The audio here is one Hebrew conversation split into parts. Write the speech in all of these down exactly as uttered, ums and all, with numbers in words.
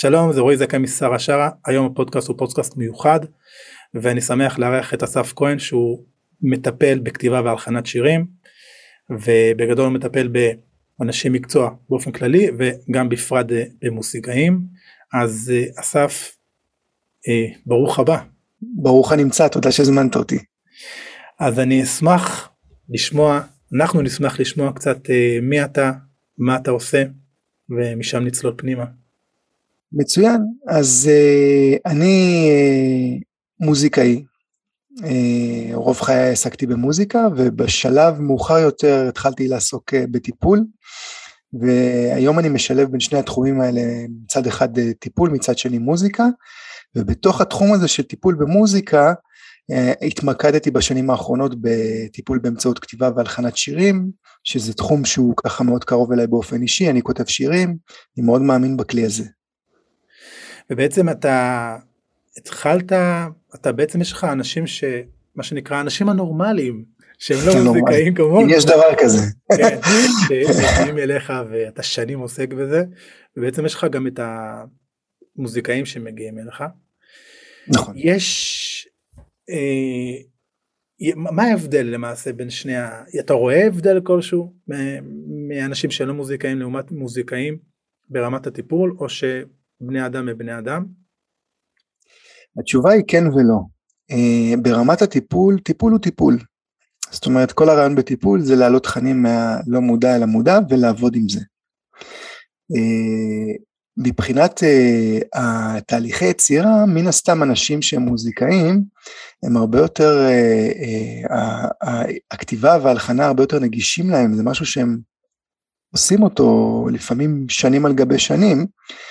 שלום, זה רועי זכאי משרה שרה. היום הפודקאסט הוא פודקאסט מיוחד, ואני שמח לארח את אסף כהן, שהוא מטפל בכתיבה והלחנת שירים, ובגדול הוא מטפל באנשי מקצוע באופן כללי, וגם בפרט במוזיקאים. אז אסף, ברוך הבא. ברוך הנמצא, תודה שהזמנת אותי. אז אני אשמח לשמוע, אנחנו נשמח לשמוע קצת מי אתה, מה אתה עושה, ומשם נצלול פנימה. מצוין, אז uh, אני uh, מוזיקאי, uh, רוב חיי עסקתי במוזיקה, ובשלב מאוחר יותר התחלתי לעסוק uh, בטיפול, והיום אני משלב בין שני התחומים האלה, מצד אחד uh, טיפול, מצד שני מוזיקה, ובתוך התחום הזה של טיפול במוזיקה, uh, התמקדתי בשנים האחרונות בטיפול באמצעות כתיבה והלחנת שירים, שזה תחום שהוא ככה מאוד קרוב אליי באופן אישי, אני כותב שירים, אני מאוד מאמין בכלי הזה. ובעצם אתה התחלת, אתה בעצם יש לך אנשים ש, מה שנקרא, אנשים הנורמליים, שהם לא מוזיקאים כמונו. אם יש דבר כזה. כן, שמגיעים אליך ואתה שנים עוסק בזה, ובעצם יש לך גם את המוזיקאים שמגיעים אליך. נכון. יש, אה, מה ההבדל למעשה בין שני, אתה רואה הבדל כלשהו, מאנשים שלא מוזיקאים לעומת מוזיקאים ברמת הטיפול, או ש... בני אדם מבני אדם? התשובה היא כן ולא. ברמת הטיפול, טיפול הוא טיפול. זאת אומרת, כל הרעיון בטיפול זה להעלות תכנים מהלא מודע אל המודע ולעבוד עם זה. מבחינת התהליכי יצירה, מן הסתם אנשים שהם מוזיקאים, הם הרבה יותר, הכתיבה וההלחנה הרבה יותר נגישים להם, זה משהו שהם עושים אותו לפעמים שנים על גבי שנים,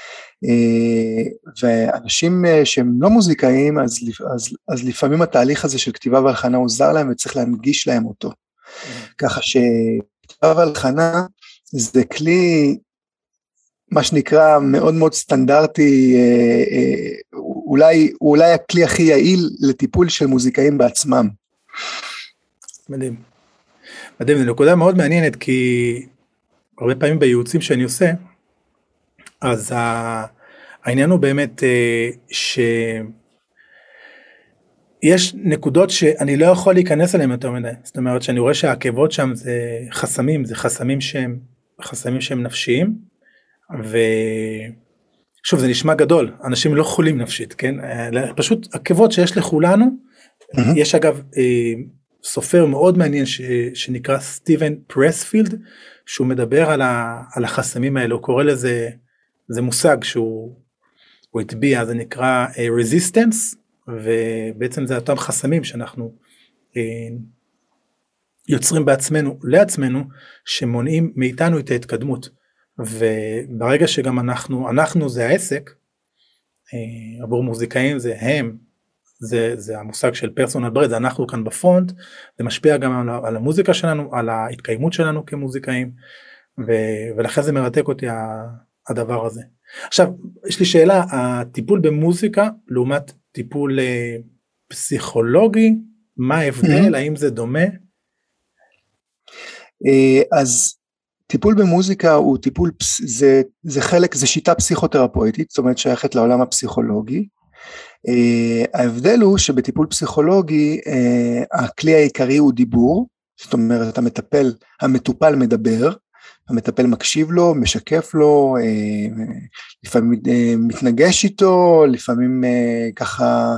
ואנשים שהם לא מוזיקאים, אז, אז, אז לפעמים התהליך הזה של כתיבה והלחנה עוזר להם וצריך להנגיש להם אותו. ככה שכתיבה והלחנה זה כלי, מה שנקרא מאוד מאוד סטנדרטי, אולי, אולי הכלי הכי יעיל לטיפול של מוזיקאים בעצמם. מדהים. מדהים, זו נקודה מאוד מעניינת, כי הרבה פעמים בייעוצים שאני עושה, אז העניין הוא באמת שיש נקודות שאני לא יכול להיכנס אליהם יותר מדי, זאת אומרת שאני רואה שהעקבות שם זה חסמים, זה חסמים שהם, חסמים שהם נפשיים, ושוב זה נשמע גדול, אנשים לא חולים נפשית, כן? פשוט עקבות שיש לכולנו, mm-hmm. יש אגב סופר מאוד מעניין ש, שנקרא סטיבן פרספילד, שהוא מדבר על, ה, על החסמים האלה, הוא קורא לזה, זה מושג שהוא הוא הטביע, זה נקרא uh, resistance, ובעצם זה אותם חסמים שאנחנו uh, יוצרים בעצמנו, לעצמנו, שמונעים מאיתנו את ההתקדמות, וברגע שגם אנחנו, אנחנו זה העסק, uh, עבור מוזיקאים זה הם, זה, זה המושג של פרסונל ברד, זה אנחנו כאן בפרונט, זה משפיע גם על, על המוזיקה שלנו, על ההתקיימות שלנו כמוזיקאים, ו, ולכן זה מרתק אותי הדבר הזה. עכשיו, יש לי שאלה, הטיפול במוזיקה, לעומת טיפול אה, פסיכולוגי, מה ההבדל, האם זה דומה? אז טיפול במוזיקה הוא טיפול, זה, זה חלק, זה שיטה פסיכותרפויטית, זאת אומרת שייכת לעולם הפסיכולוגי, ההבדל הוא שבטיפול פסיכולוגי, הכלי העיקרי הוא דיבור, זאת אומרת המטפל, המטופל מדבר, המטפל מקשיב לו, משקף לו, לפעמים מתנגש איתו, לפעמים ככה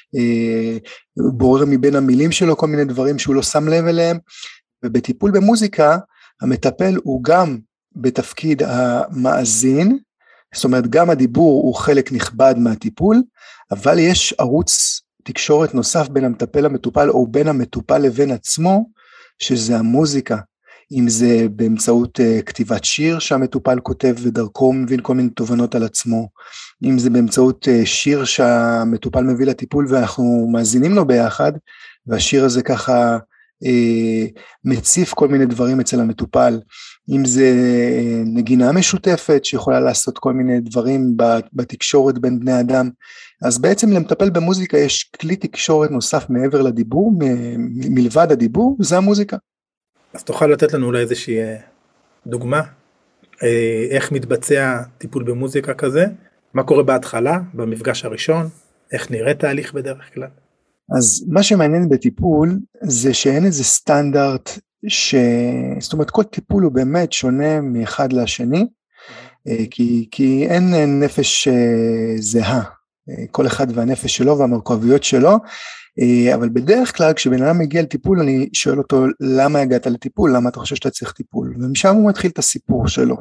בורר מבין המילים שלו כל מיני דברים שהוא לא שם לב אליהם, ובטיפול במוזיקה המטפל הוא גם בתפקיד המאזין, זאת אומרת גם הדיבור הוא חלק נכבד מהטיפול, אבל יש ערוץ תקשורת נוסף בין המטפל למטופל או בין המטופל לבין עצמו, שזה המוזיקה. אם זה באמצעות uh, כתיבת שיר שהמטופל כותב ודרכו מבין כל מיני תובנות על עצמו, אם זה באמצעות uh, שיר שהמטופל מביא לטיפול ואנחנו מאזינים לו ביחד, והשיר הזה ככה uh, מציף כל מיני דברים אצל המטופל, אם זה uh, נגינה משותפת שיכולה לעשות כל מיני דברים בתקשורת בין בני אדם, אז בעצם למטפל במוזיקה יש כלי תקשורת נוסף מעבר לדיבור, מ- מלבד הדיבור, זה המוזיקה. אז תוכל לתת לנו אולי איזושהי דוגמה, איך מתבצע טיפול במוזיקה כזה, מה קורה בהתחלה, במפגש הראשון, איך נראה תהליך בדרך כלל? אז מה שמעניין בטיפול זה שאין איזה סטנדרט, ש... זאת אומרת כל טיפול הוא באמת שונה מאחד לשני, כי, כי אין נפש זהה, כל אחד והנפש שלו והמורכבויות שלו, אבל בדרך כלל כשבן אדם מגיע לטיפול אני שואל אותו למה הגעת לטיפול, למה אתה חושב שאתה צריך טיפול, ומשם הוא מתחיל את הסיפור שלו.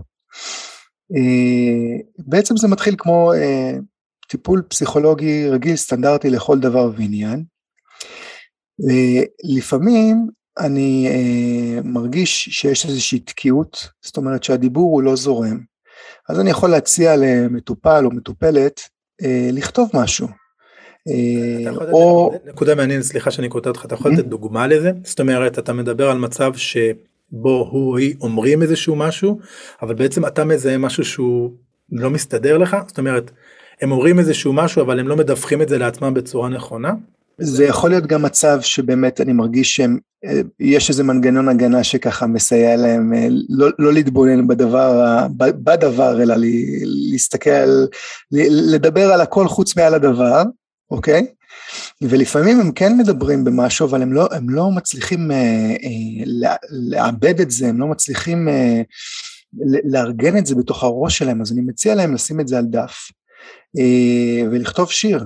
בעצם זה מתחיל כמו טיפול פסיכולוגי רגיל סטנדרטי לכל דבר ועניין. לפעמים אני מרגיש שיש איזושהי תקיעות, זאת אומרת שהדיבור הוא לא זורם, אז אני יכול להציע למטופל או מטופלת לכתוב משהו. או... נקודה מעניינת, סליחה שאני קוטע אותך, אתה יכול לתת דוגמה לזה? זאת אומרת, אתה מדבר על מצב שבו הוא או היא אומרים איזשהו משהו, אבל בעצם אתה מזהה משהו שהוא לא מסתדר לך, זאת אומרת, הם אומרים איזשהו משהו, אבל הם לא מדווחים את זה לעצמם בצורה נכונה? זה יכול להיות גם מצב שבאמת אני מרגיש שיש איזה מנגנון הגנה שככה מסייע להם, לא, לא להתבונן בדבר, בדבר, אלא להסתכל, לדבר על הכל חוץ מעל הדבר, אוקיי? ולפעמים הם כן מדברים במשהו, אבל הם לא, הם לא מצליחים לעבד את זה, הם לא מצליחים לארגן את זה בתוך הראש שלהם, אז אני מציע להם לשים את זה על דף, ולכתוב שיר.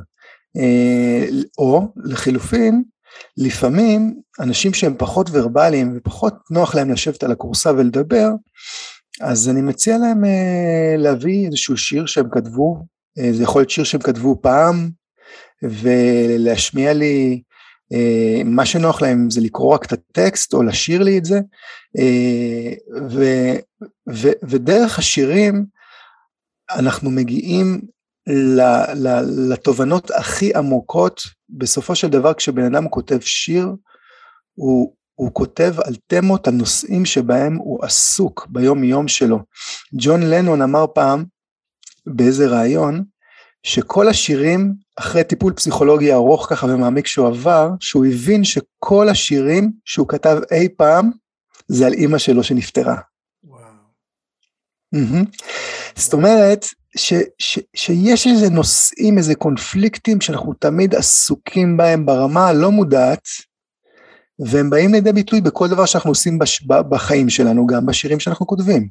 או לחילופין, לפעמים אנשים שהם פחות ורבליים ופחות נוח להם לשבת על הקורסה ולדבר, אז אני מציע להם להביא איזשהו שיר שהם כתבו, זה יכול להיות שיר שהם כתבו פעם, ולהשמיע לי מה שנוח להם, זה לקרוא רק את הטקסט או לשיר לי את זה, ו, ו, ודרך השירים אנחנו מגיעים לתובנות הכי עמוקות. בסופו של דבר כשבן אדם כותב שיר, הוא, הוא כותב על תמות, על נושאים שבהם הוא עסוק ביום יום שלו. ג'ון לנון אמר פעם באיזה רעיון, שכל השירים אחרי טיפול פסיכולוגי ארוך ככה ומעמיק שהוא עבר, שהוא הבין שכל השירים שהוא כתב אי פעם, זה על אמא שלו שנפטרה. וואו. Mm-hmm. זאת אומרת, ש, ש, שיש איזה נושאים, איזה קונפליקטים שאנחנו תמיד עסוקים בהם ברמה הלא מודעת, והם באים לידי ביטוי בכל דבר שאנחנו עושים בש, בחיים שלנו, גם בשירים שאנחנו כותבים.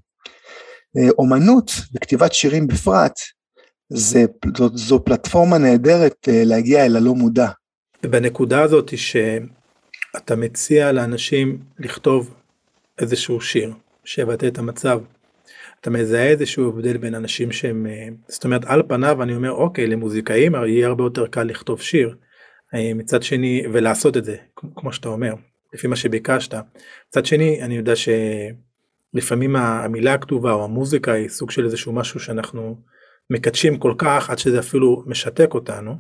אומנות וכתיבת שירים בפרט, זה, זו, זו פלטפורמה נהדרת להגיע אל הלא מודע. ובנקודה הזאת שאתה מציע לאנשים לכתוב איזשהו שיר, שבטא את המצב, אתה מזהה איזשהו הבדל בין אנשים שהם, זאת אומרת, על פניו אני אומר, אוקיי, למוזיקאים יהיה הרבה יותר קל לכתוב שיר, מצד שני, ולעשות את זה, כמו שאתה אומר, לפי מה שביקשת. מצד שני, אני יודע שלפעמים המילה הכתובה או המוזיקה היא סוג של איזשהו משהו שאנחנו מקדשים כל כך, עד שזה אפילו משתק אותנו.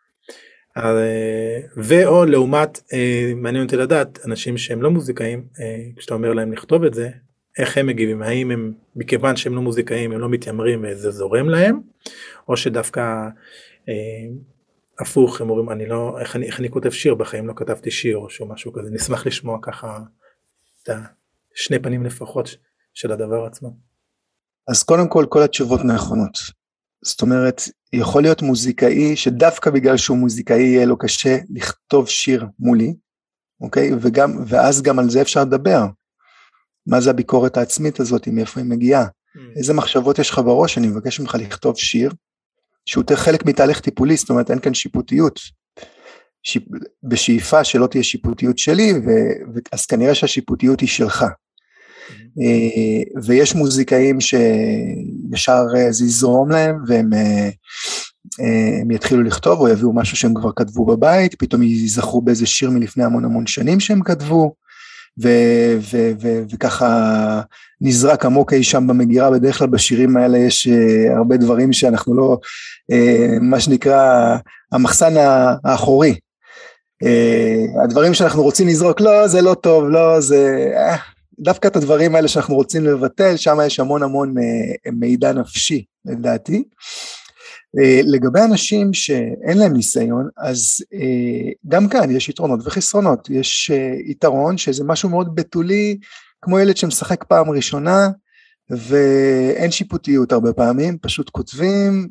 ואו לעומת, מעניין אותי לדעת, אנשים שהם לא מוזיקאים, כשאתה אומר להם לכתוב את זה, איך הם מגיבים, האם הם, מכיוון שהם לא מוזיקאים, הם לא מתיימרים וזה זורם להם, או שדווקא אה, הפוך, הם אומרים, אני לא, איך אני, איך אני כותב שיר, בחיים לא כתבתי שיר, או שהוא משהו כזה, נשמח לשמוע ככה, את השני פנים לפחות של הדבר עצמו. אז קודם כל, כל התשובות נכונות, זאת אומרת, יכול להיות מוזיקאי, שדווקא בגלל שהוא מוזיקאי, יהיה לו קשה לכתוב שיר מולי, אוקיי, וגם, ואז גם על זה אפשר לדבר, מה זה הביקורת העצמית הזאת, מאיפה היא מגיעה, mm. איזה מחשבות יש לך בראש, אני מבקש ממך לכתוב שיר, שהוא חלק מתהליך טיפולי, זאת אומרת אין כאן שיפוטיות, שיפ... בשאיפה שלא תהיה שיפוטיות שלי, ו... אז כנראה שהשיפוטיות היא שלך, mm. ויש מוזיקאים שישר זה יזרום להם, והם הם יתחילו לכתוב, או יביאו משהו שהם כבר כתבו בבית, פתאום יזכרו באיזה שיר מלפני המון המון שנים שהם כתבו, ו- ו- ו- וככה נזרק עמוק אי שם במגירה. בדרך כלל בשירים האלה יש uh, הרבה דברים שאנחנו לא, uh, מה שנקרא המחסן האחורי, uh, הדברים שאנחנו רוצים לזרוק, לא זה לא טוב, לא זה, uh, דווקא את הדברים האלה שאנחנו רוצים לבטל, שם יש המון המון uh, מידע נפשי לדעתי. לגבי אנשים שאין להם ניסיון, אז גם כאן יש יתרונות וחסרונות. יש יתרון שזה משהו מאוד בתולי, כמו ילד שמשחק פעם ראשונה, ואין שיפוטיות הרבה פעמים, פשוט כותבים,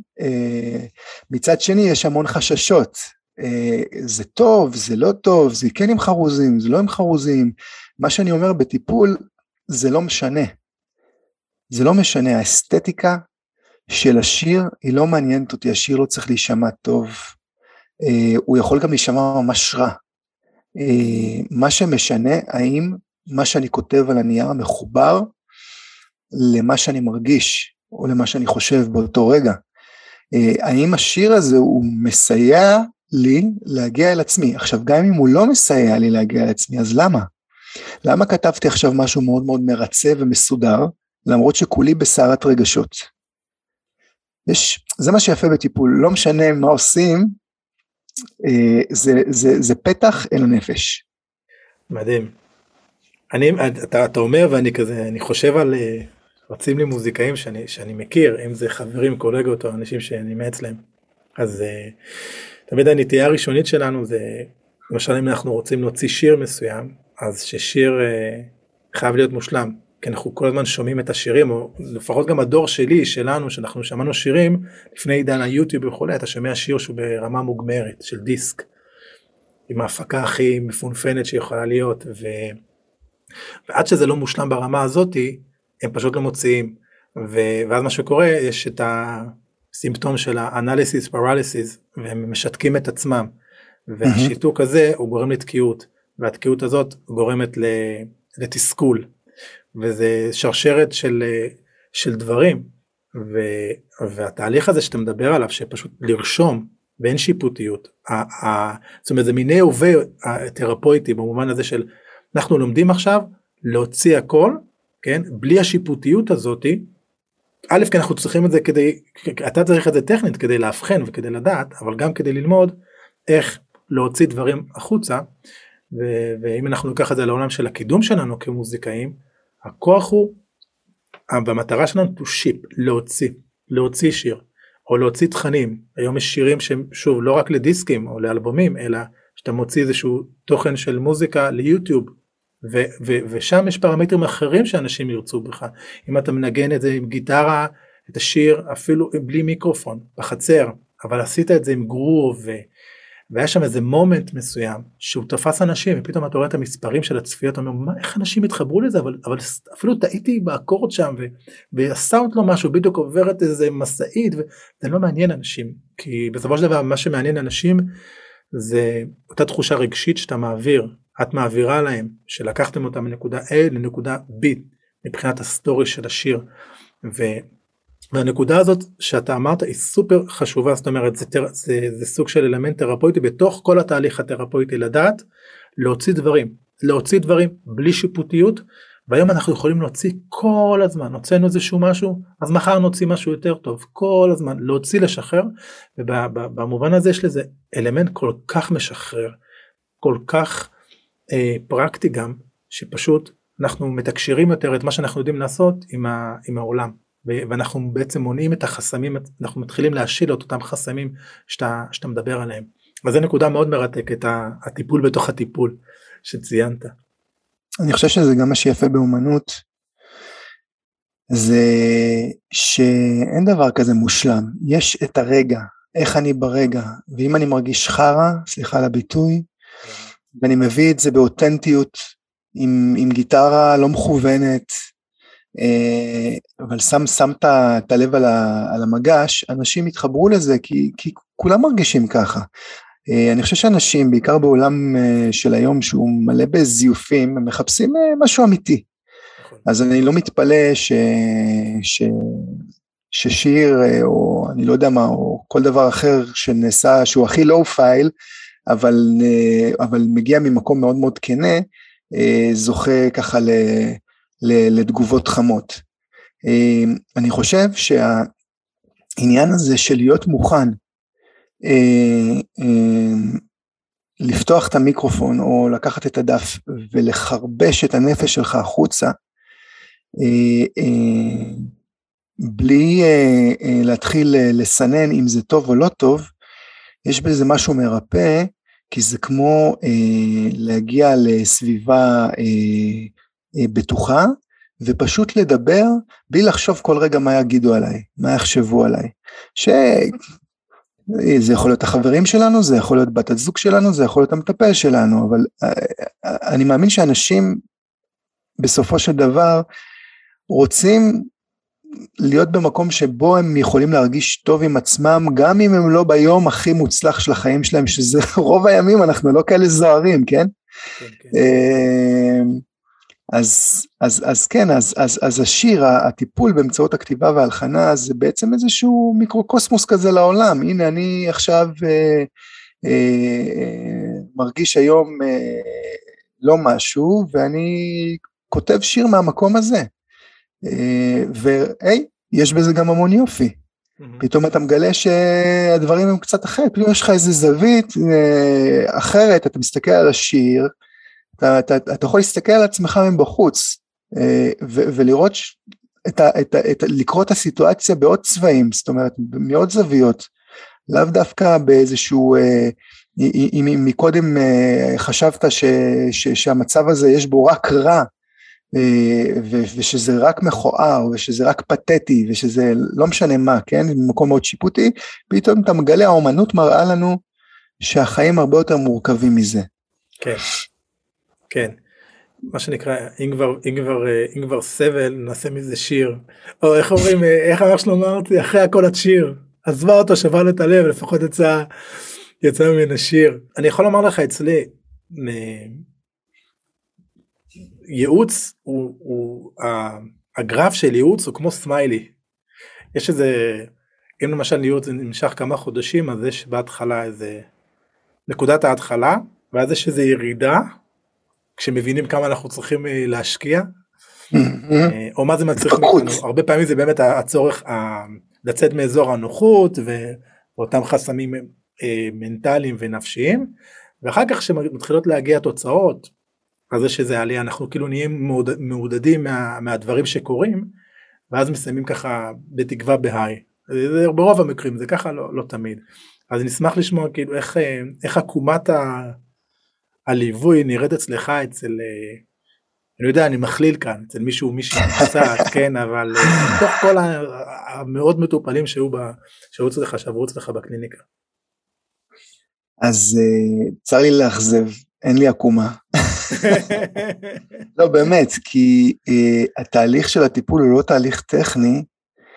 מצד שני יש המון חששות, זה טוב, זה לא טוב, זה כן עם חרוזים, זה לא עם חרוזים, מה שאני אומר בטיפול, זה לא משנה, זה לא משנה, האסתטיקה של השיר היא לא מעניינת אותי, השיר לא צריך להישמע טוב, הוא יכול גם להישמע ממש רע, מה שמשנה, האם מה שאני כותב על הנייר מחובר, למה שאני מרגיש, או למה שאני חושב באותו רגע, האם השיר הזה הוא מסייע לי להגיע אל עצמי, עכשיו גם אם הוא לא מסייע לי להגיע אל עצמי, אז למה? למה כתבתי עכשיו משהו מאוד מאוד מרצה ומסודר, למרות שכולי בסערת רגשות? יש, זה מה שיפה בטיפול, לא משנה מה עושים, זה, זה, זה פתח אל הנפש. מדהים. אני, אתה, אתה אומר ואני כזה, אני חושב על, רצים לי מוזיקאים שאני, שאני מכיר, אם זה חברים, קולגות או אנשים שאני מעץ להם. אז תמיד הנטייה הראשונית שלנו זה, למשל אם אנחנו רוצים להוציא שיר מסוים, אז ששיר חייב להיות מושלם, כי אנחנו כל הזמן שומעים את השירים, או לפחות גם הדור שלי, שלנו, שאנחנו שמענו שירים, לפני עידן היוטיוב וכו', אתה שומע שיר שהוא ברמה מוגמרת, של דיסק, עם ההפקה הכי מפונפנת שיכולה להיות, ו... ועד שזה לא מושלם ברמה הזאת, הם פשוט לא מוציאים, ו... ואז מה שקורה, יש את הסימפטום של ה-analysis paralysis, והם משתקים את עצמם, והשיתוק הזה הוא גורם לתקיעות, והתקיעות הזאת גורמת לתסכול, וזה שרשרת של, של דברים, ו, והתהליך הזה שאתה מדבר עליו, שפשוט לרשום, ואין שיפוטיות, ה, ה, זאת אומרת, זה מיני הווה התרפויטי, במובן הזה של, אנחנו לומדים עכשיו, להוציא הכל, כן, בלי השיפוטיות הזאת, א', כי אנחנו צריכים את זה כדי, אתה צריך את זה טכנית, כדי להבחן וכדי לדעת, אבל גם כדי ללמוד, איך להוציא דברים החוצה, ו- ואם אנחנו ניקח את זה לעולם של הקידום שלנו כמוזיקאים, הכוח הוא, במטרה שלנו to ship, להוציא, להוציא שיר, או להוציא תכנים. היום יש שירים שהם, שוב, לא רק לדיסקים או לאלבומים, אלא שאתה מוציא איזשהו תוכן של מוזיקה ליוטיוב, ו- ו- ושם יש פרמטרים אחרים שאנשים ירצו בך. אם אתה מנגן את זה עם גיטרה, את השיר, אפילו בלי מיקרופון, בחצר, אבל עשית את זה עם גרוב, ו- והיה שם איזה מומנט מסוים, שהוא תפס אנשים, ופתאום אתה רואה את המספרים של הצפיות, אתה אומר, מה, איך אנשים התחברו לזה, אבל, אבל אפילו טעיתי באקורד שם, ו, והסאונד לא משהו, בדיוק עוברת איזה מסעית, וזה לא מעניין אנשים, כי בסופו של דבר, מה שמעניין אנשים, זה אותה תחושה רגשית שאתה מעביר, את מעבירה להם, שלקחתם אותם מנקודה A לנקודה B, מבחינת הסטורי של השיר, ו... והנקודה הזאת שאתה אמרת היא סופר חשובה, זאת אומרת זה, זה, זה סוג של אלמנט תרפויטי בתוך כל התהליך התרפויטי, לדעת להוציא דברים, להוציא דברים בלי שיפוטיות, והיום אנחנו יכולים להוציא כל הזמן, הוצאנו איזשהו משהו, אז מחר נוציא משהו יותר טוב, כל הזמן להוציא לשחרר, ובמובן הזה יש לזה אלמנט כל כך משחרר, כל כך אה, פרקטי גם, שפשוט אנחנו מתקשרים יותר את מה שאנחנו יודעים לעשות עם, ה, עם העולם. ואנחנו בעצם מונעים את החסמים, אנחנו מתחילים להשיל את אותם חסמים שאתה, שאתה מדבר עליהם. אז זו נקודה מאוד מרתקת, הטיפול בתוך הטיפול שציינת. אני חושב שזה גם מה שיפה באומנות, זה שאין דבר כזה מושלם, יש את הרגע, איך אני ברגע, ואם אני מרגיש חרה, סליחה על הביטוי, ואני מביא את זה באותנטיות, עם, עם גיטרה לא מכוונת, אבל שם, שם את הלב על, ה, על המגש, אנשים התחברו לזה, כי, כי כולם מרגישים ככה. אני חושב שאנשים, בעיקר בעולם של היום, שהוא מלא בזיופים, הם מחפשים משהו אמיתי. אז אני לא מתפלא ש, ש, ששיר, או אני לא יודע מה, או כל דבר אחר שנעשה, שהוא הכי לואו פייל, אבל, אבל מגיע ממקום מאוד מאוד כנה, זוכה ככה ל... לתגובות חמות. אני חושב שהעניין הזה של להיות מוכן לפתוח את המיקרופון או לקחת את הדף ולחרבש את הנפש שלך החוצה, בלי להתחיל לסנן אם זה טוב או לא טוב, יש בזה משהו מרפא, כי זה כמו להגיע לסביבה בטוחה, ופשוט לדבר, בלי לחשוב כל רגע מה יגידו עליי, מה יחשבו עליי, שזה יכול להיות החברים שלנו, זה יכול להיות בת הזוג שלנו, זה יכול להיות המטפל שלנו, אבל אני מאמין שאנשים בסופו של דבר רוצים להיות במקום שבו הם יכולים להרגיש טוב עם עצמם, גם אם הם לא ביום הכי מוצלח של החיים שלהם, שזה רוב הימים אנחנו לא כאלה זוהרים, כן? כן, כן. אז, אז, אז כן, אז, אז, אז השיר, הטיפול באמצעות הכתיבה וההלחנה, זה בעצם איזשהו מיקרוקוסמוס כזה לעולם. הנה, אני עכשיו אה, אה, מרגיש היום אה, לא משהו, ואני כותב שיר מהמקום הזה. אה, והי, יש בזה גם המון יופי. Mm-hmm. פתאום אתה מגלה שהדברים הם קצת אחרת, פתאום יש לך איזו זווית אה, אחרת, אתה מסתכל על השיר, אתה, אתה, אתה יכול להסתכל על עצמך מבחוץ, ו, ולראות, את ה, את ה, את, לקרוא את הסיטואציה בעוד צבעים, זאת אומרת, מעוד זוויות, לאו דווקא באיזשהו, אם מקודם חשבת ש, ש, שהמצב הזה יש בו רק רע, ו, ושזה רק מכוער, ושזה רק פתטי, ושזה לא משנה מה, כן, במקום מאוד שיפוטי, פתאום אתה מגלה, האומנות מראה לנו, שהחיים הרבה יותר מורכבים מזה. כן. כן, מה שנקרא, אם כבר, אם כבר, אם כבר סבל, נעשה מזה שיר, או איך אומרים, איך אמר שלמה ארצי, אחרי הכל את שיר, עזבה אותו, שבר לו את הלב, לפחות יצא, יצא ממנו שיר. אני יכול לומר לך אצלי, ייעוץ, הוא, הוא, הגרף של ייעוץ הוא כמו סמיילי, יש איזה, אם למשל ייעוץ נמשך כמה חודשים, אז יש בהתחלה איזה, נקודת ההתחלה, ואז יש איזה ירידה, כשמבינים כמה אנחנו צריכים להשקיע, או מה זה מצריך מאיתנו, הרבה פעמים זה באמת הצורך לצאת מאזור הנוחות, ואותם חסמים מנטליים ונפשיים, ואחר כך שמתחילות להגיע תוצאות, אז זה שזה עלייה, אנחנו כאילו נהיים מעודדים מהדברים שקורים, ואז מסיימים ככה בתקווה בהיי, זה ברוב המקרים, זה ככה לא תמיד, אז נשמח לשמוע כאילו איך עקומת ה... הליווי נראית אצלך, אצל, אני יודע, אני מכליל כאן, אצל מישהו, מישהו קצת, כן, אבל תוך כל המאוד מטופלים שהיו אצלך, שעברו אצלך בקליניקה. אז צר לי לאכזב, אין לי עקומה. לא, באמת, כי התהליך של הטיפול הוא לא תהליך טכני,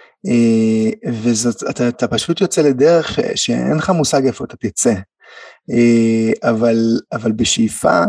ואתה פשוט יוצא לדרך שאין לך מושג איפה אתה תצא. אבל, אבל בשאיפה,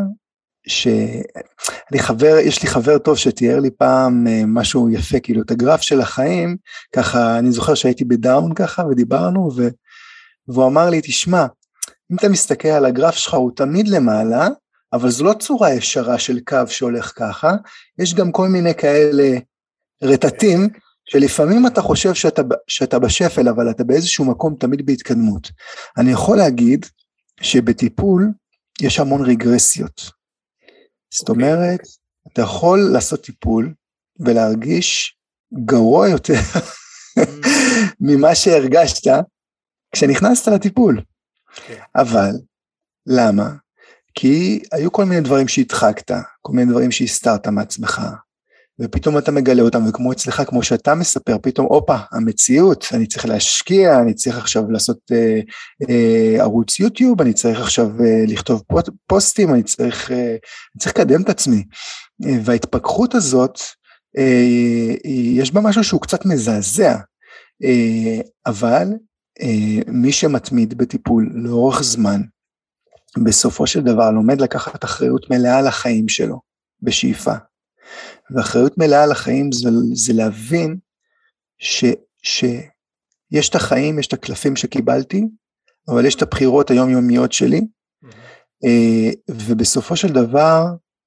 שאני חבר, יש לי חבר טוב שתיאר לי פעם משהו יפה, כאילו את הגרף של החיים, ככה, אני זוכר שהייתי בדאון ככה, ודיברנו, ו, והוא אמר לי, תשמע, אם אתה מסתכל על הגרף שלך, הוא תמיד למעלה, אבל זו לא צורה ישרה של קו שהולך ככה, יש גם כל מיני כאלה רטטים, שלפעמים אתה חושב שאתה, שאתה בשפל, אבל אתה באיזשהו מקום תמיד בהתקדמות. אני יכול להגיד, שבטיפול יש המון רגרסיות. זאת אומרת, אתה יכול לעשות טיפול ולהרגיש גרוע יותר ממה שהרגשת כשנכנסת לטיפול. אבל, למה? כי היו כל מיני דברים שהדחקת, כל מיני דברים שהסתרת מעצמך, ופתאום אתה מגלה אותם, וכמו אצלך, כמו שאתה מספר, פתאום, אופה, המציאות, אני צריך להשקיע, אני צריך עכשיו לעשות אה, אה, ערוץ יוטיוב, אני צריך עכשיו אה, לכתוב פוסטים, אני צריך, אה, אני צריך לקדם את עצמי, אה, וההתפכחות הזאת, אה, יש בה משהו שהוא קצת מזעזע, אה, אבל אה, מי שמתמיד בטיפול לאורך זמן, בסופו של דבר לומד לקחת אחריות מלאה על החיים שלו, בשאיפה, ואחריות מלאה על החיים זה, זה להבין ש, שיש את החיים, יש את הקלפים שקיבלתי, אבל יש את הבחירות היומיומיות שלי, mm-hmm. ובסופו של דבר,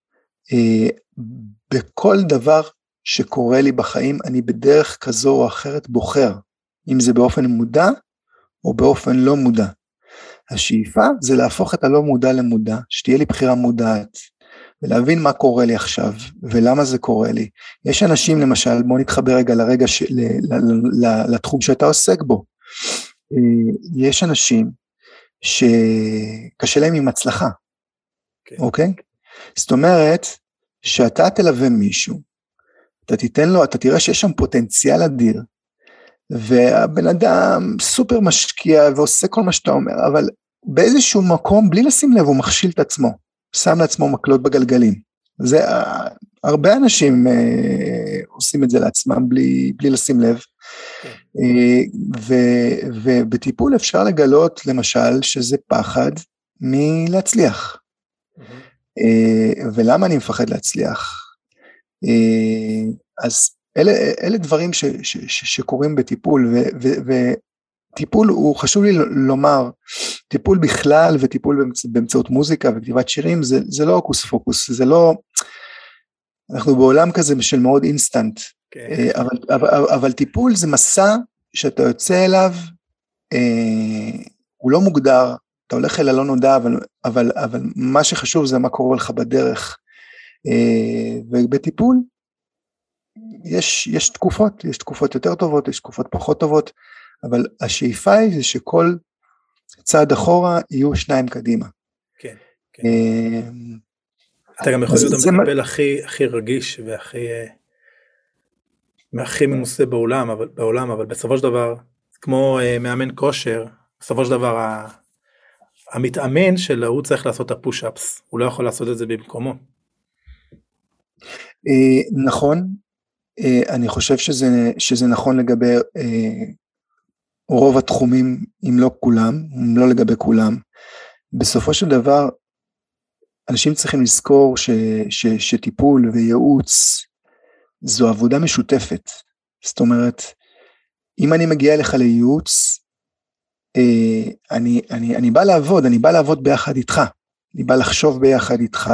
בכל דבר שקורה לי בחיים, אני בדרך כזו או אחרת בוחר, אם זה באופן מודע או באופן לא מודע. השאיפה זה להפוך את הלא מודע למודע, שתהיה לי בחירה מודעת, ולהבין מה קורה לי עכשיו, ולמה זה קורה לי. יש אנשים למשל, בוא נתחבר רגע לרגע, ש... ל... ל... ל... לתחום שאתה עוסק בו, יש אנשים שקשה להם עם הצלחה, okay. אוקיי? זאת אומרת, שאתה תלווה מישהו, אתה תיתן לו, אתה תראה שיש שם פוטנציאל אדיר, והבן אדם סופר משקיע ועושה כל מה שאתה אומר, אבל באיזשהו מקום, בלי לשים לב, הוא מכשיל את עצמו, שם לעצמו מקלות בגלגלים. זה, הרבה אנשים אה, עושים את זה לעצמם, בלי, בלי לשים לב. אה, ו, ובטיפול אפשר לגלות, למשל, שזה פחד מלהצליח. אה, ולמה אני מפחד להצליח? אה, אז אלה, אלה דברים ש, ש, ש, שקורים בטיפול, ו, ו, וטיפול הוא, חשוב לי לומר, טיפול בכלל וטיפול באמצעות מוזיקה וכתיבת שירים, זה, זה לא אוקוס פוקוס, זה לא, אנחנו בעולם כזה של מאוד אינסטנט, okay. אבל, אבל, אבל טיפול זה מסע שאתה יוצא אליו, אה, הוא לא מוגדר, אתה הולך אל הלא נודע, אבל, אבל, אבל מה שחשוב זה מה קורה לך בדרך, אה, ובטיפול, יש, יש תקופות, יש תקופות יותר טובות, יש תקופות פחות טובות, אבל השאיפה היא זה שכל צעד אחורה יהיו שניים קדימה. כן, כן. אתה גם יכול להיות המטפל הכי, הכי רגיש והכי, הכי מנוסה בעולם, אבל, בעולם, אבל בסופו של דבר, כמו מאמן כושר, בסופו של דבר, המתאמן שלו, הוא צריך לעשות את הפוש-אפס, הוא לא יכול לעשות את זה במקומו. נכון, אני חושב שזה, שזה נכון לגבי רוב התחומים, אם לא כולם, אם לא לגבי כולם. בסופו של דבר, אנשים צריכים לזכור ש, ש, שטיפול וייעוץ, זו עבודה משותפת. זאת אומרת, אם אני מגיע לך לייעוץ, אני, אני, אני בא לעבוד, אני בא לעבוד ביחד איתך, אני בא לחשוב ביחד איתך,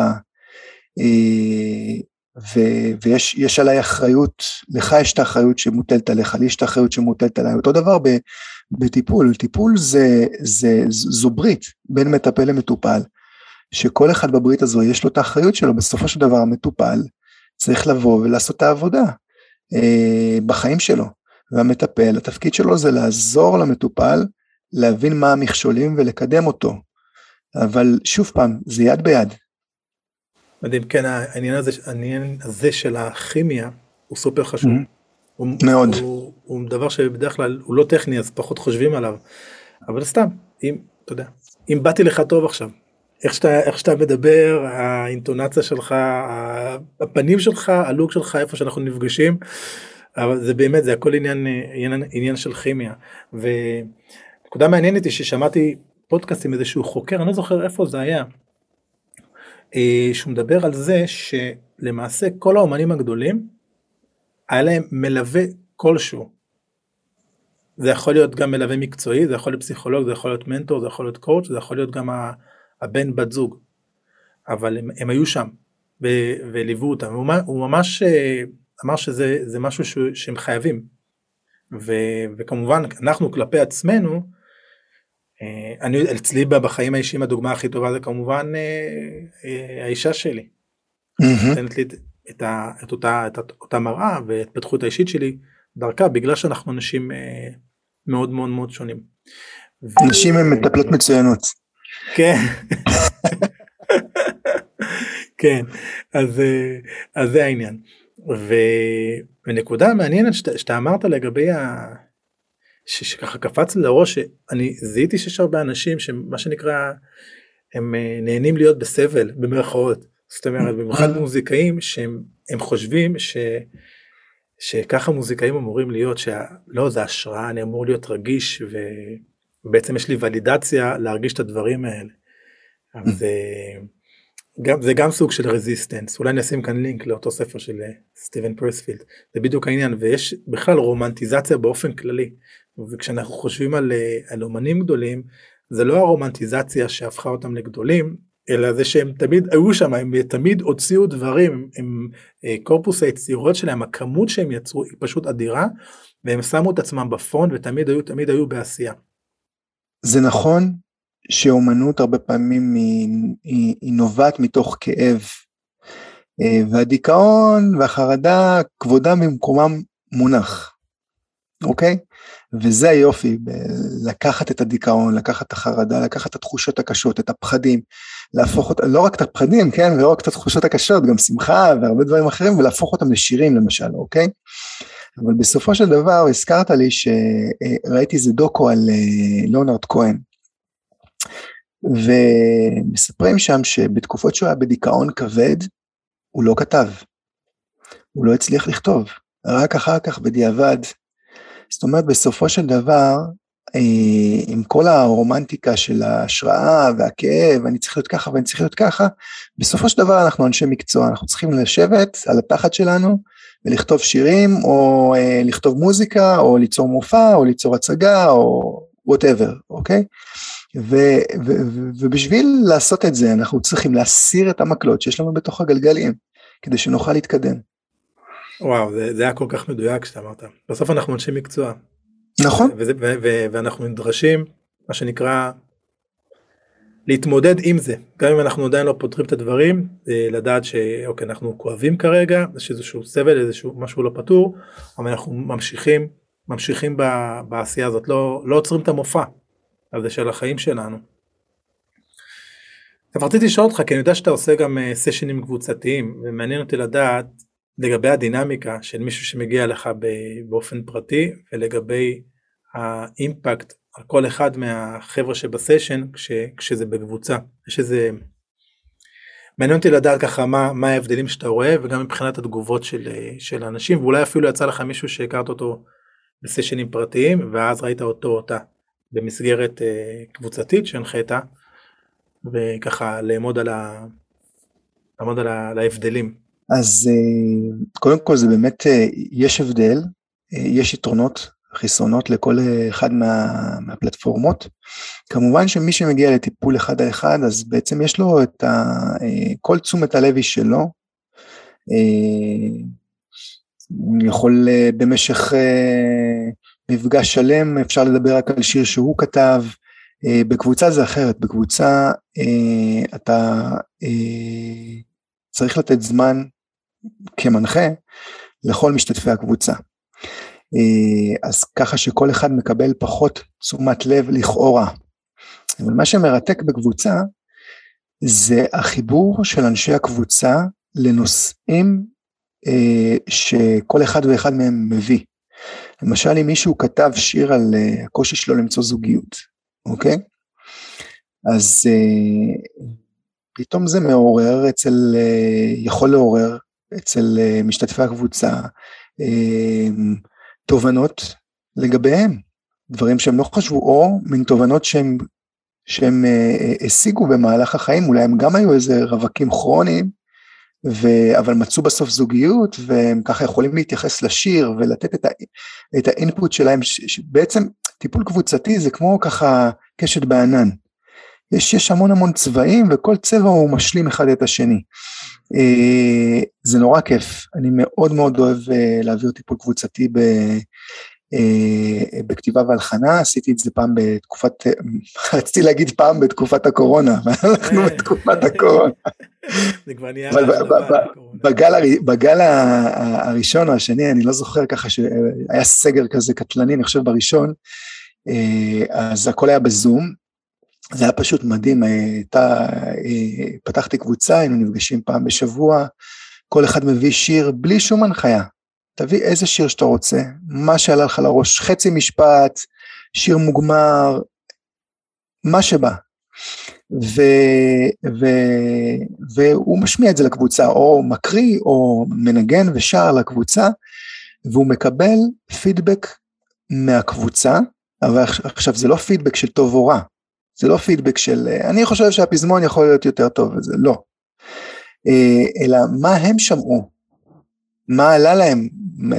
ו- ויש יש עליי אחריות, לך יש את האחריות שמוטלת עליך, לי יש את האחריות שמוטלת עליי, אותו דבר ב- בטיפול, טיפול זה, זה, זו ברית בין מטפל למטופל, שכל אחד בברית הזו יש לו את האחריות שלו, בסופו של דבר המטופל צריך לבוא ולעשות את העבודה אה, בחיים שלו, והמטפל, התפקיד שלו זה לעזור למטופל, להבין מה המכשולים ולקדם אותו, אבל שוב פעם, זה יד ביד. מדהים, כן, העניין הזה, העניין הזה של הכימיה הוא סופר חשוב. Mm-hmm. הוא, מאוד. הוא, הוא דבר שבדרך כלל הוא לא טכני, אז פחות חושבים עליו. אבל סתם, אם, אתה יודע, אם באתי לך טוב עכשיו, איך שאתה, איך שאתה מדבר, האינטונציה שלך, הפנים שלך, הלוק שלך, איפה שאנחנו נפגשים, אבל זה באמת, זה הכל עניין, עניין, עניין של כימיה. ונקודה מעניינת היא ששמעתי פודקאסט עם איזשהו חוקר, אני לא זוכר איפה זה היה, שהוא מדבר על זה שלמעשה כל האומנים הגדולים היה להם מלווה כלשהו. זה יכול להיות גם מלווה מקצועי, זה יכול להיות פסיכולוג, זה יכול להיות מנטור, זה יכול להיות קואוץ', זה יכול להיות גם הבן בת זוג, אבל הם, הם היו שם ו- וליוו אותם. הוא, הוא ממש אמר שזה זה משהו ש- שהם חייבים, ו- וכמובן אנחנו כלפי עצמנו, אני אצלי בחיים האישיים הדוגמה הכי טובה זה כמובן האישה שלי, נותנת לי את אותה אותה מראה והתפתחות האישית שלי דרכה, בגלל שאנחנו אנשים מאוד מאוד מאוד שונים. נשים הן מטפלות מצוינות. כן. כן, אז אז זה העניין. ונקודה מעניינת שאתה אמרת לגבי ה שככה קפץ לי לראש, שאני זיהיתי שיש הרבה אנשים שמה שנקרא, הם נהנים להיות בסבל, במרכאות. זאת אומרת, במיוחד מוזיקאים, שהם חושבים ש, שככה מוזיקאים אמורים להיות, שלא, זה השראה, אני אמור להיות רגיש, ובעצם יש לי ולידציה להרגיש את הדברים האלה. זה גם, זה גם סוג של רזיסטנס, אולי נשים כאן לינק לאותו ספר של סטיבן פרספילד, זה בדיוק העניין, ויש בכלל רומנטיזציה באופן כללי, וכשאנחנו חושבים על, על אומנים גדולים, זה לא הרומנטיזציה שהפכה אותם לגדולים, אלא זה שהם תמיד היו שם, הם תמיד הוציאו דברים, הם, הם, קורפוס היצירות שלהם, הכמות שהם יצרו היא פשוט אדירה, והם שמו את עצמם בפרונט, ותמיד היו, תמיד היו בעשייה. זה נכון, שאומנות הרבה פעמים היא, היא, היא נובעת מתוך כאב, והדיכאון והחרדה כבודם במקומם מונח, אוקיי? וזה היופי, לקחת את הדיכאון, לקחת את החרדה, לקחת את התחושות הקשות, את הפחדים, להפוך אותם, לא רק את הפחדים, כן, ולא רק את התחושות הקשות, גם שמחה והרבה דברים אחרים, ולהפוך אותם לשירים למשל, אוקיי? אבל בסופו של דבר, הזכרת לי שראיתי איזה דוקו על ליאונרד כהן, ומספרים שם שבתקופות שהוא היה בדיכאון כבד, הוא לא כתב, הוא לא הצליח לכתוב, רק אחר כך בדיעבד. זאת אומרת, בסופו של דבר, עם כל הרומנטיקה של ההשראה והכאב, אני צריך להיות ככה ואני צריך להיות ככה, בסופו של דבר אנחנו אנשי מקצוע, אנחנו צריכים לשבת על התחת שלנו, ולכתוב שירים, או לכתוב מוזיקה, או ליצור מופע, או ליצור הצגה, או whatever, אוקיי? ו- ו- ו- ובשביל לעשות את זה, אנחנו צריכים להסיר את המקלות שיש לנו בתוך הגלגלים, כדי שנוכל להתקדם. וואו, זה, זה היה כל כך מדויק שאתה אמרת. בסוף אנחנו אנשי מקצוע. נכון. וזה, ו- ו- ואנחנו נדרשים, מה שנקרא, להתמודד עם זה. גם אם אנחנו עדיין לא פותרים את הדברים, לדעת שאוקיי, אנחנו כואבים כרגע, יש איזשהו סבל, איזשהו משהו לא פתור, אבל אנחנו ממשיכים, ממשיכים בעשייה הזאת, לא, לא עוצרים את המופע. אז זה של החיים שלנו. רציתי לשאול אותך, כי אני יודע שאתה עושה גם סשנים קבוצתיים, ומעניין אותי לדעת לגבי הדינמיקה של מישהו שמגיע לך באופן פרטי, ולגבי האימפקט על כל אחד מהחבר'ה שבסשן, כש, כשזה בקבוצה. יש איזה... מעניין אותי לדעת ככה מה, מה ההבדלים שאתה רואה, וגם מבחינת התגובות של, של האנשים, ואולי אפילו יצא לך מישהו שהכרת אותו בסשנים פרטיים, ואז ראית אותו אותה. במסגרת uh, קבוצתית שהנחית, וככה לעמוד על, ה... לעמוד על, ה... על ההבדלים. אז uh, קודם כל זה באמת, uh, יש הבדל, uh, יש יתרונות, חיסרונות לכל אחד מה... מהפלטפורמות. כמובן שמי שמגיע לטיפול אחד על אחד, אז בעצם יש לו את ה... uh, כל תשומת הלב שלו, uh, יכול uh, במשך... Uh, מפגש שלם, אפשר לדבר רק על שיר שהוא כתב, בקבוצה זה אחרת, בקבוצה אתה צריך לתת זמן כמנחה לכל משתתפי הקבוצה, אז ככה שכל אחד מקבל פחות תשומת לב לכאורה, אבל מה שמרתק בקבוצה, זה החיבור של אנשי הקבוצה לנושאים שכל אחד ואחד מהם מביא, למשל, אם מישהו כתב שיר על uh, הקושי שלו למצוא זוגיות, אוקיי? אז uh, פתאום זה מעורר אצל, uh, יכול לעורר אצל uh, משתתפי הקבוצה, uh, תובנות לגביהם, דברים שהם לא חשבו, או מן תובנות שהם, שהם uh, השיגו במהלך החיים, אולי הם גם היו איזה רווקים כרוניים, ו... אבל מצאו בסוף זוגיות, והם ככה יכולים להתייחס לשיר, ולתת את, ה... את האינפוט שלהם, ש... ש... בעצם טיפול קבוצתי זה כמו ככה קשת בענן, יש, יש המון המון צבעים, וכל צבע הוא משלים אחד את השני, זה נורא כיף, אני מאוד מאוד אוהב להעביר טיפול קבוצתי ב... בכתיבה והלחנה, עשיתי את זה פעם בתקופת, רציתי להגיד פעם בתקופת הקורונה, אנחנו בתקופת הקורונה, בגל הראשון או השני, אני לא זוכר ככה שהיה סגר כזה קטלני, אני חושב בראשון, אז הכל היה בזום, זה היה פשוט מדהים, פתחתי קבוצה, היינו נפגשים פעם בשבוע, כל אחד מביא שיר בלי שום הנחיה, תביא איזה שיר שאתה רוצה, מה שעלה לך לראש, חצי משפט, שיר מוגמר, מה שבא, ו, ו, והוא משמיע את זה לקבוצה, או מקריא, או מנגן ושר לקבוצה, והוא מקבל פידבק מהקבוצה, אבל עכשיו זה לא פידבק של טוב או רע, זה לא פידבק של, אני חושב שהפזמון יכול להיות יותר טוב, וזה לא, אלא מה הם שמעו, מה עלה להם,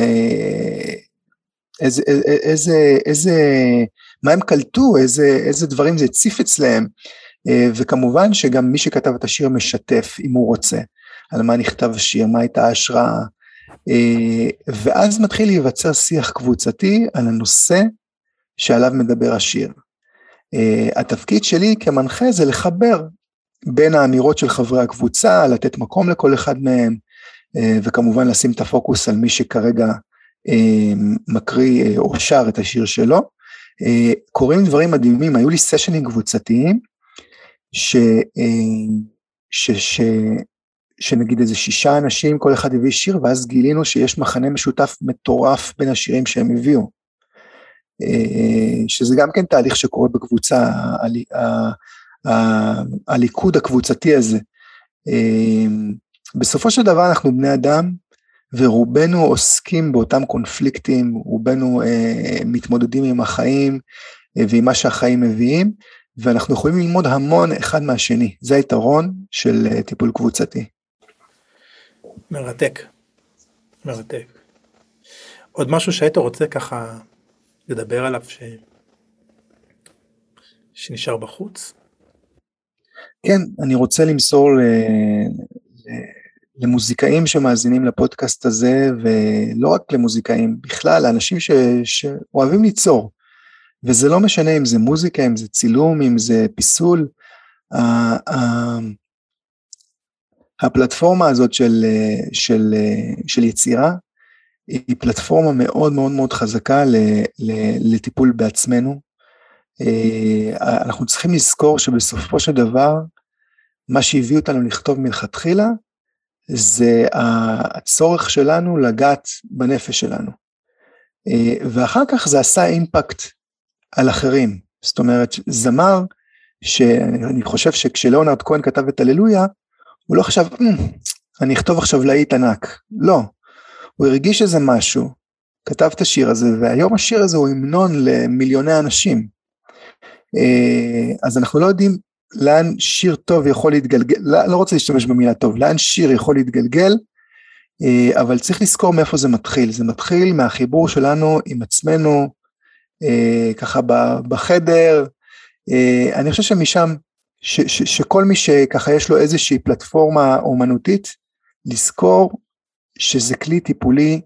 איזה, איזה, איזה, מה הם קלטו, איזה, איזה דברים זה הציף אצלהם, וכמובן שגם מי שכתב את השיר משתף, אם הוא רוצה, על מה נכתב השיר, מה הייתה ההשראה, ואז מתחיל להיווצר שיח קבוצתי על הנושא שעליו מדבר השיר. התפקיד שלי כמנחה זה לחבר בין האמירות של חברי הקבוצה, לתת מקום לכל אחד מהם, וכמובן לשים את הפוקוס על מי שכרגע מקריא או שר את השיר שלו, קוראים דברים מדהימים, היו לי סשנים קבוצתיים, ש, ש, ש, שנגיד איזה שישה אנשים, כל אחד הביא שיר, ואז גילינו שיש מחנה משותף מטורף בין השירים שהם הביאו, שזה גם כן תהליך שקורה בקבוצה, הליכוד הקבוצתי הזה. בסופו של דבר אנחנו בני אדם, ורובנו עוסקים באותם קונפליקטים, רובנו אה, מתמודדים עם החיים, אה, ועם מה שהחיים מביאים, ואנחנו יכולים ללמוד המון אחד מהשני, זה היתרון של אה, טיפול קבוצתי. מרתק, מרתק. עוד משהו שהיית רוצה ככה לדבר עליו, ש... שנשאר בחוץ? כן, אני רוצה למסור ל... ל... למוזיקאים שמאזינים לפודקאסט הזה, ולא רק למוזיקאים, בכלל, לאנשים ש... שאוהבים ליצור, וזה לא משנה אם זה מוזיקה, אם זה צילום, אם זה פיסול, הפלטפורמה הזאת של, של, של יצירה, היא פלטפורמה מאוד מאוד מאוד חזקה לטיפול בעצמנו. אנחנו צריכים לזכור שבסופו של דבר, מה שהביא אותנו לכתוב מלכתחילה, זה הצורך שלנו לגעת בנפש שלנו. ואחר כך זה עשה אימפקט על אחרים. זאת אומרת, זמר, שאני חושב שכשלאונרד כהן כתב את הללויה, הוא לא חשב, אני אכתוב עכשיו להיט ענק. לא. הוא הרגיש איזה משהו, כתב את השיר הזה, והיום השיר הזה הוא המנון למיליוני אנשים. אז אנחנו לא יודעים לאן שיר טוב יכול להתגלגל, לא, לא רוצה להשתמש במילה טוב, לאן שיר יכול להתגלגל, אבל צריך לזכור מאיפה זה מתחיל. זה מתחיל מהחיבור שלנו עם עצמנו, ככה בחדר. אני חושב שמשם, ש, ש, שכל מי שככה יש לו איזושהי פלטפורמה אומנותית, לזכור שזה כלי טיפולי,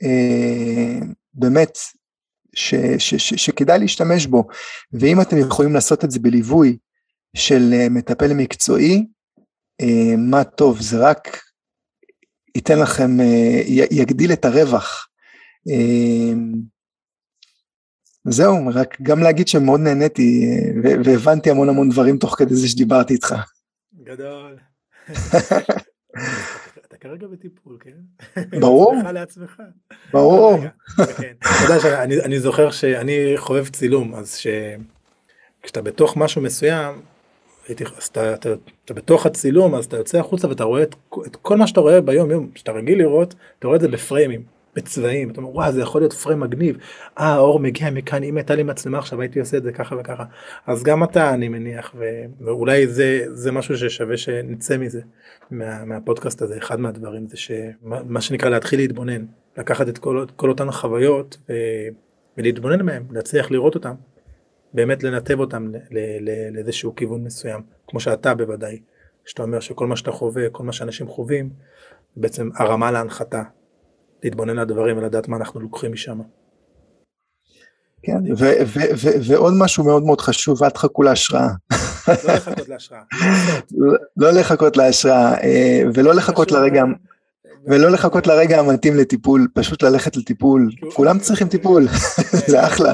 באמת, ש, ש, ש, שכדאי להשתמש בו, ואם אתם יכולים לעשות את זה בליווי, של מטפל מקצועי, מה טוב, זה רק ייתן לכם, יגדיל את הרווח. זהו, רק גם להגיד שמאוד נהניתי, והבנתי המון המון דברים תוך כדי זה שדיברתי איתך. גדול. אתה כרגע בטיפול, כן? ברור. לעצמך לעצמך. ברור. אתה יודע שאני זוכר שאני חובב צילום, אז כשאתה בתוך משהו מסוים, אז אתה, אתה, אתה בתוך הצילום, אז אתה יוצא החוצה ואתה רואה את, את כל מה שאתה רואה ביום יום, שאתה רגיל לראות, אתה רואה את זה בפריימים, בצבעים, אתה אומר, וואו, זה יכול להיות פריים מגניב, אה, האור מגיע מכאן, אם הייתה לי מצלמה עכשיו, הייתי עושה את זה ככה וככה, אז גם אתה, אני מניח, ו, ואולי זה, זה משהו ששווה שנצא מזה, מה, מהפודקאסט הזה, אחד מהדברים, זה שמה שנקרא להתחיל להתבונן, לקחת את כל, כל אותן החוויות, ו, ולהתבונן מהם, להצליח לראות אותם, באמת לנתב אותם לאיזשהו כיוון מסוים, כמו שאתה בוודאי, שאתה אומר שכל מה שאתה חווה, כל מה שאנשים חווים, בעצם הרמה להנחתה, להתבונן לדברים ולדעת מה אנחנו לוקחים משם. כן, ועוד משהו מאוד מאוד חשוב, אל תחכו להשראה. לא לחכות להשראה. לא לחכות להשראה, ולא לחכות לרגע, ולא לחכות לרגע המתאים לטיפול, פשוט ללכת לטיפול, כולם צריכים טיפול, זה אחלה.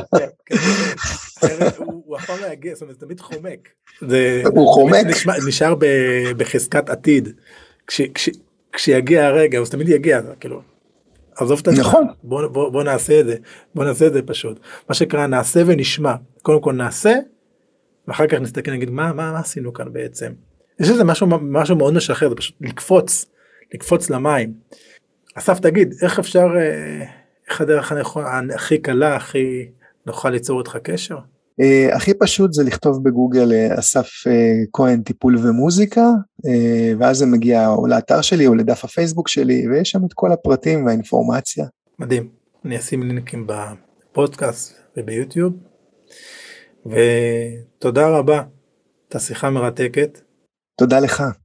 הוא אף פעם לא יגיע, זאת אומרת, זה תמיד חומק. הוא חומק. נשאר בחזקת עתיד, כשיגיע הרגע, הוא תמיד יגיע, כאילו, עזוב את עצמך, בוא נעשה את זה, בוא נעשה את זה פשוט. מה שקרה, נעשה ונשמע, קודם כל נעשה, ואחר כך נסתכל, נגיד, מה עשינו כאן בעצם? יש איזה משהו מאוד משחרר, זה פשוט לקפוץ, לקפוץ למים. אסף, תגיד, איך אפשר, איך הדרך הכי קלה, הכי נוכל ליצור איתך קשר? הכי פשוט זה לכתוב בגוגל אסף כהן טיפול ומוזיקה, ואז זה מגיע או לאתר שלי או לדף הפייסבוק שלי, ויש שם את כל הפרטים והאינפורמציה. מדהים, אני אשים לינקים בפודקאסט וביוטיוב, ותודה רבה, את השיחה מרתקת. תודה לך.